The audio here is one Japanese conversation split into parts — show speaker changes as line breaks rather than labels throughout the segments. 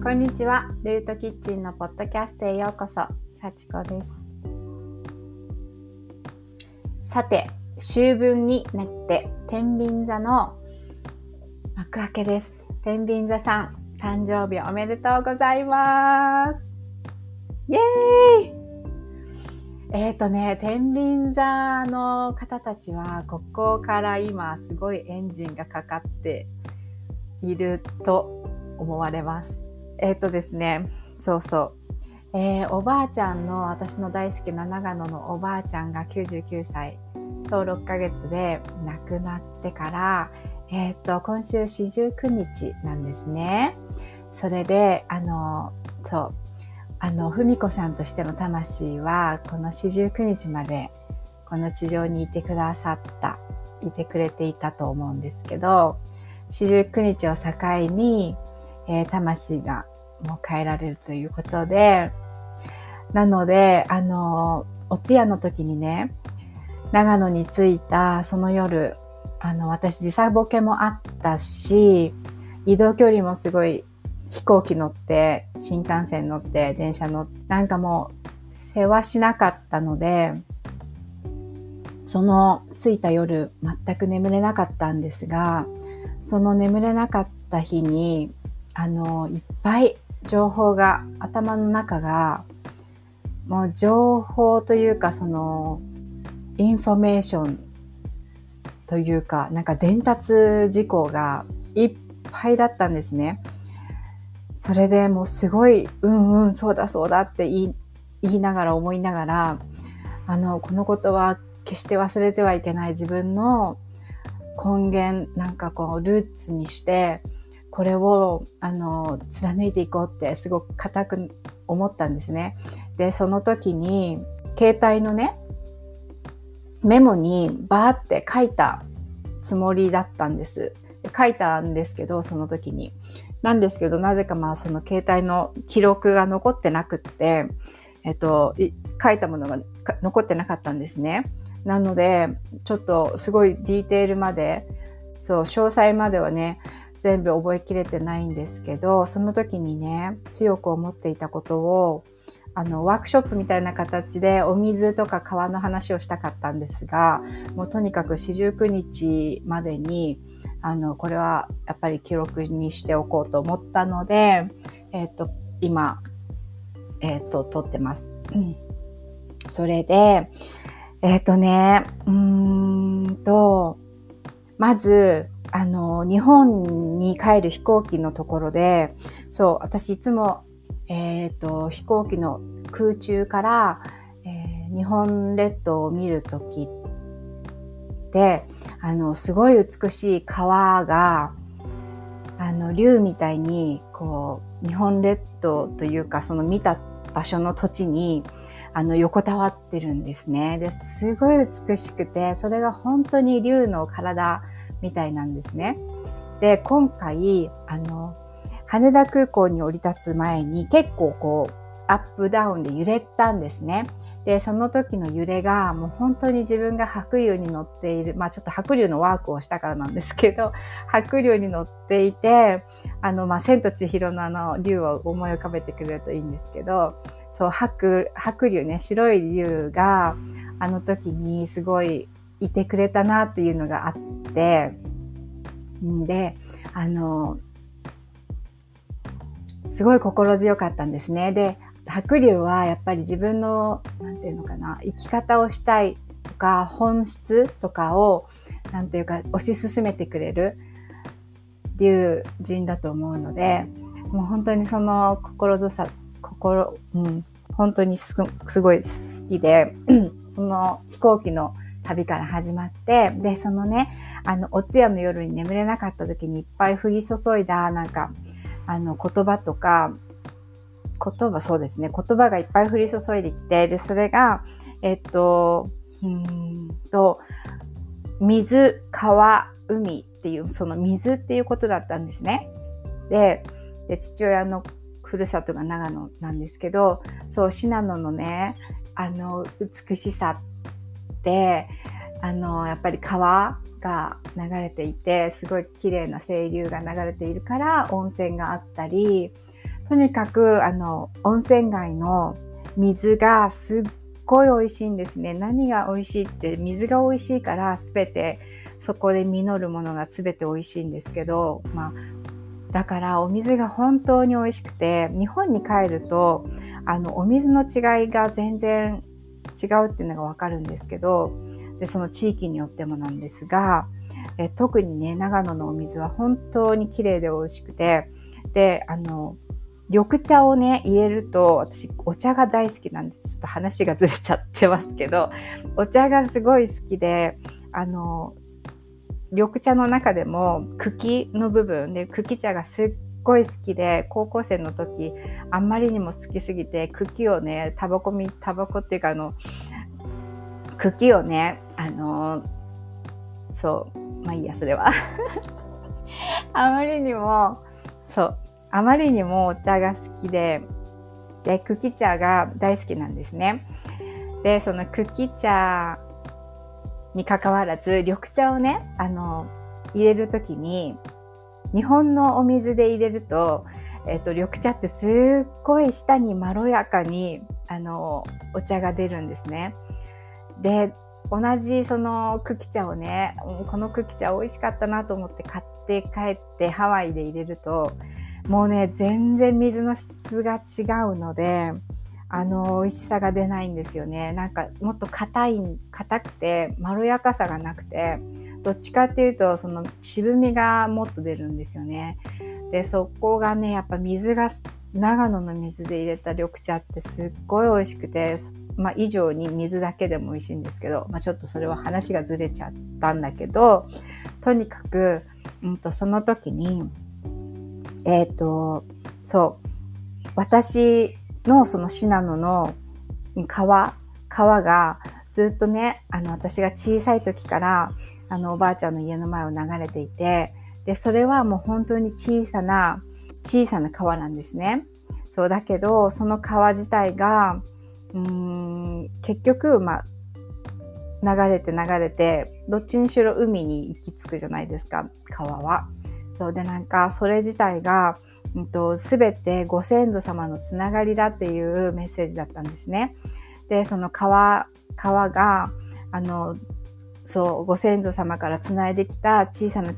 こんにちは。ルートキッチンのポッドキャストへようこそ。幸子です。さて、秋分になって天秤座の幕開けです。天秤座さん、誕生日おめでとうございます。イエーイ。天秤座の方たちはここから今すごいエンジンがかかっていると思われます。ですね、おばあちゃんの、私の大好きな長野のおばあちゃんが99歳と6ヶ月で亡くなってから、今週四十九日なんですね。それで、文子さんとしての魂は、この四十九日まで、この地上にいてくれていたと思うんですけど、四十九日を境に、魂がもう変えられるということで、なので、お通夜の時にね、長野に着いたその夜、私時差ボケもあったし、移動距離もすごい飛行機乗って、新幹線乗って、電車乗って、なんかもう世話しなかったので、その着いた夜全く眠れなかったんですが、その眠れなかった日に、いっぱい情報が、頭の中が、もう情報というか、インフォメーションというか、なんか伝達事項がいっぱいだったんですね。それでもうすごい、そうだそうだって言いながら思いながら、このことは決して忘れてはいけない自分の根源、なんかこうルーツにして、これを貫いていこうってすごく固く思ったんですね。で、その時に携帯のね、メモにバーって書いたつもりだったんです。書いたんですけど、その時に。なんですけど、なぜかその携帯の記録が残ってなくって、書いたものが残ってなかったんですね。なので、ちょっとすごいディテールまで、詳細まではね、全部覚えきれてないんですけど、その時にね、強く思っていたことを、ワークショップみたいな形でお水とか川の話をしたかったんですが、もうとにかく四十九日までに、これはやっぱり記録にしておこうと思ったので、今、撮ってます。それで、まず、日本に帰る飛行機のところで、私いつも、飛行機の空中から、日本列島を見るときって、すごい美しい川が、竜みたいに、こう、日本列島というか、その見た場所の土地に、横たわってるんですね。で、すごい美しくて、それが本当に竜の体みたいなんですね。で、今回、羽田空港に降り立つ前に結構こう、アップダウンで揺れたんですね。で、その時の揺れがもう本当に自分が白竜に乗っている、ちょっと白竜のワークをしたからなんですけど、白竜に乗っていて、千と千尋の竜を思い浮かべてくれるといいんですけど、白竜ね、白い竜があの時にすごいいてくれたなっていうのがあって、で、すごい心強かったんですね。で、白竜はやっぱり自分の、生き方をしたいとか、本質とかを、推し進めてくれる竜神だと思うので、もう本当にその本当にすごい好きで、その飛行機の旅から始まって、で、そのね、お通夜の夜に眠れなかった時にいっぱい降り注いだ、言葉とか、そうですね、言葉がいっぱい降り注いできて、で、それが、水、川、海っていう、その水っていうことだったんですね。で、父親のふるさとが長野なんですけど、信濃のね、美しさって、やっぱり川が流れていて、すごい綺麗な清流が流れているから温泉があったり、 とにかく温泉街の水がすっごい美味しいんですね。何が美味しいって、水が美味しいから全てそこで実るものが全て美味しいんですけど、だからお水が本当に美味しくて、日本に帰るとお水の違いが全然違うっていうのがわかるんですけど、でその地域によってもなんですが、特にね長野のお水は本当に綺麗で美味しくて、で緑茶をね入れると、私お茶が大好きなんです。ちょっと話がずれちゃってますけど、お茶がすごい好きで、緑茶の中でも茎の部分で茎茶がすっごい好きで、高校生の時あんまりにも好きすぎて茎をねタバコっていうか茎をねまあいいやそれはあまりにもお茶が好きで、茎茶が大好きなんですね。でその茎茶に関わらず緑茶をね入れるときに、日本のお水で入れると、緑茶ってすっごい舌にまろやかにお茶が出るんですね。で同じその茎茶をね、この茎茶美味しかったなと思って買って帰ってハワイで入れると、もうね全然水の質が違うので美味しさが出ないんですよね。なんかもっと硬くてまろやかさがなくて、どっちかっていうとその渋みがもっと出るんですよね。でそこがねやっぱ長野の水で入れた緑茶ってすっごい美味しくて、以上に水だけでも美味しいんですけど、ちょっとそれは話がずれちゃったんだけど、とにかく、その時に私のその信濃の川がずっとね私が小さい時からおばあちゃんの家の前を流れていて、でそれはもう本当に小さな川なんですね。そうだけどその川自体が結局流れてどっちにしろ海に行き着くじゃないですか、川は。そうでなんかそれ自体が全てご先祖様のつながりだっていうメッセージだったんですね。でその川がご先祖様からつないできた小さな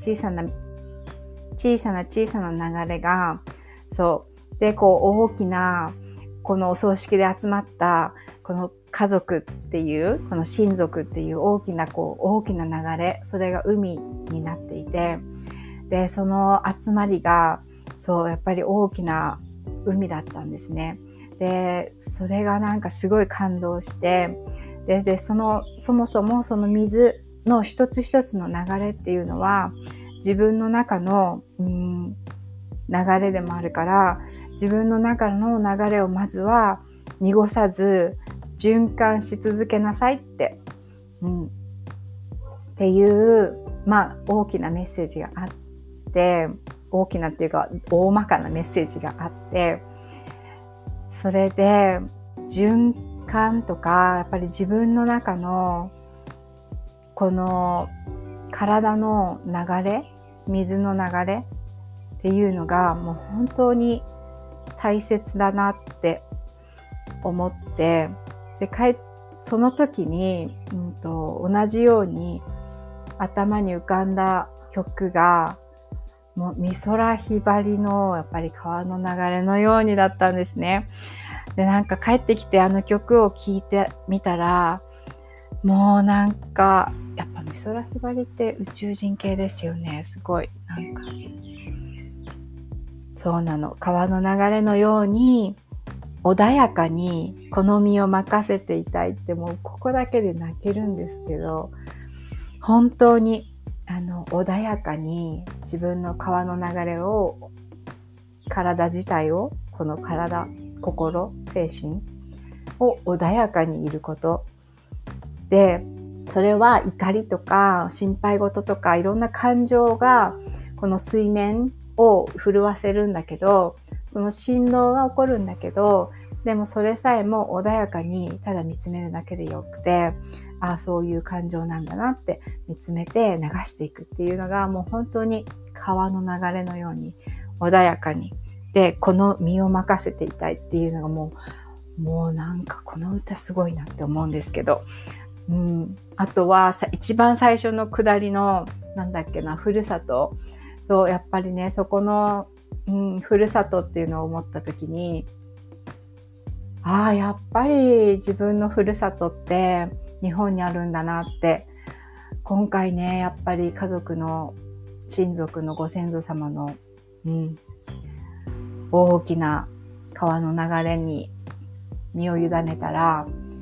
流れがで大きなこのお葬式で集まったこの家族っていうこの親族っていう大きな流れ、それが海になっていて、でその集まりがやっぱり大きな海だったんですね。でそれがなんかすごい感動して、でそもそもその水の一つ一つの流れっていうのは自分の中の流れでもあるから、自分の中の流れをまずは濁さず循環し続けなさいって、っていう大きなメッセージがあって、大きなっていうか大まかなメッセージがあって、それで循環とかやっぱり自分の中のこの体の流れ、水の流れっていうのがもう本当に大切だなって思って、でその時に、同じように頭に浮かんだ曲がもう美空ひばりのやっぱり川の流れのようにだったんですね。でなんか帰ってきて曲を聴いてみたら、もうなんかやっぱ美空ひばりって宇宙人系ですよね。すごいなんかそうなの、川の流れのように穏やかにこの身を任せていたいって、もうここだけで泣けるんですけど、本当に穏やかに自分の川の流れを、体自体を、この体、心、精神を穏やかにいることで、それは怒りとか心配事とかいろんな感情がこの水面を震わせるんだけど、その振動が起こるんだけど、でもそれさえも穏やかにただ見つめるだけでよくて、そういう感情なんだなって見つめて流していくっていうのが、もう本当に川の流れのように穏やかにで、この身を任せていたいっていうのがもうなんかこの歌すごいなって思うんですけど、あとは一番最初の下りのふるさと。そう、やっぱりね、そこの、ふるさとっていうのを思った時に、やっぱり自分のふるさとって日本にあるんだなって、今回ね、やっぱり家族の親族のご先祖様の、大きな川の流れに身を委ねたら、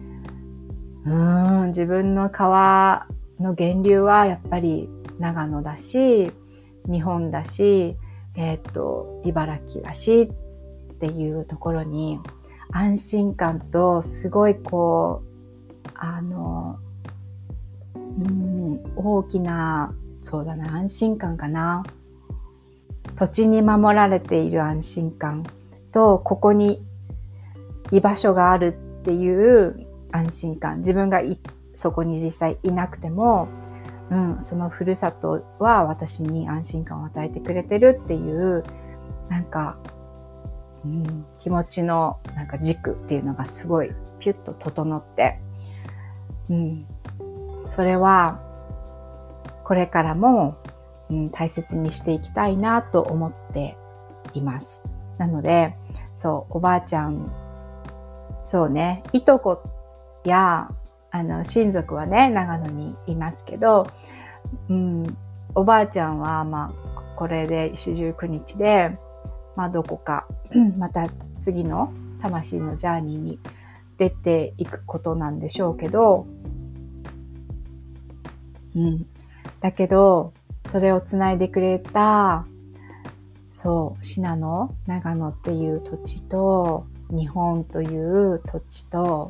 自分の川の源流はやっぱり長野だし、日本だし、茨城だしっていうところに安心感とすごい大きな、安心感かな。土地に守られている安心感と、ここに居場所があるっていう安心感。自分がそこに実際いなくても、そのふるさとは私に安心感を与えてくれてるっていう、気持ちの軸っていうのがすごいピュッと整って、それはこれからも、大切にしていきたいなと思っています。なので、おばあちゃん、いとこや親族はね、長野にいますけど、おばあちゃんはこれで四十九日で、どこかまた次の魂のジャーニーに出ていくことなんでしょうけど、だけどそれをつないでくれた信濃、長野っていう土地と日本という土地と、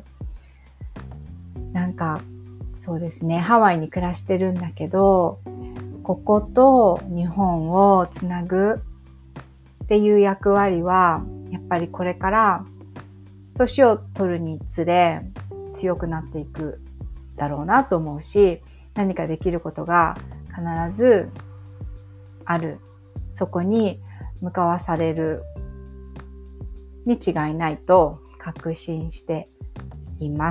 そうですね、ハワイに暮らしてるんだけど、ここと日本をつなぐっていう役割はやっぱりこれから年を取るにつれ強くなっていくだろうなと思うし、何かできることが必ずある。そこに向かわされるに違いないと確信しています。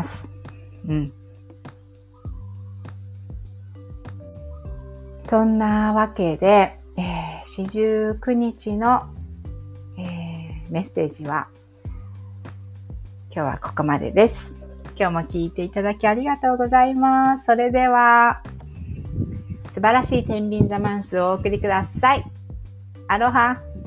そんなわけで、四十九日の、メッセージは今日はここまでです。今日も聞いていただきありがとうございます。それでは素晴らしい天秤座マンスをお送りください。アロハ。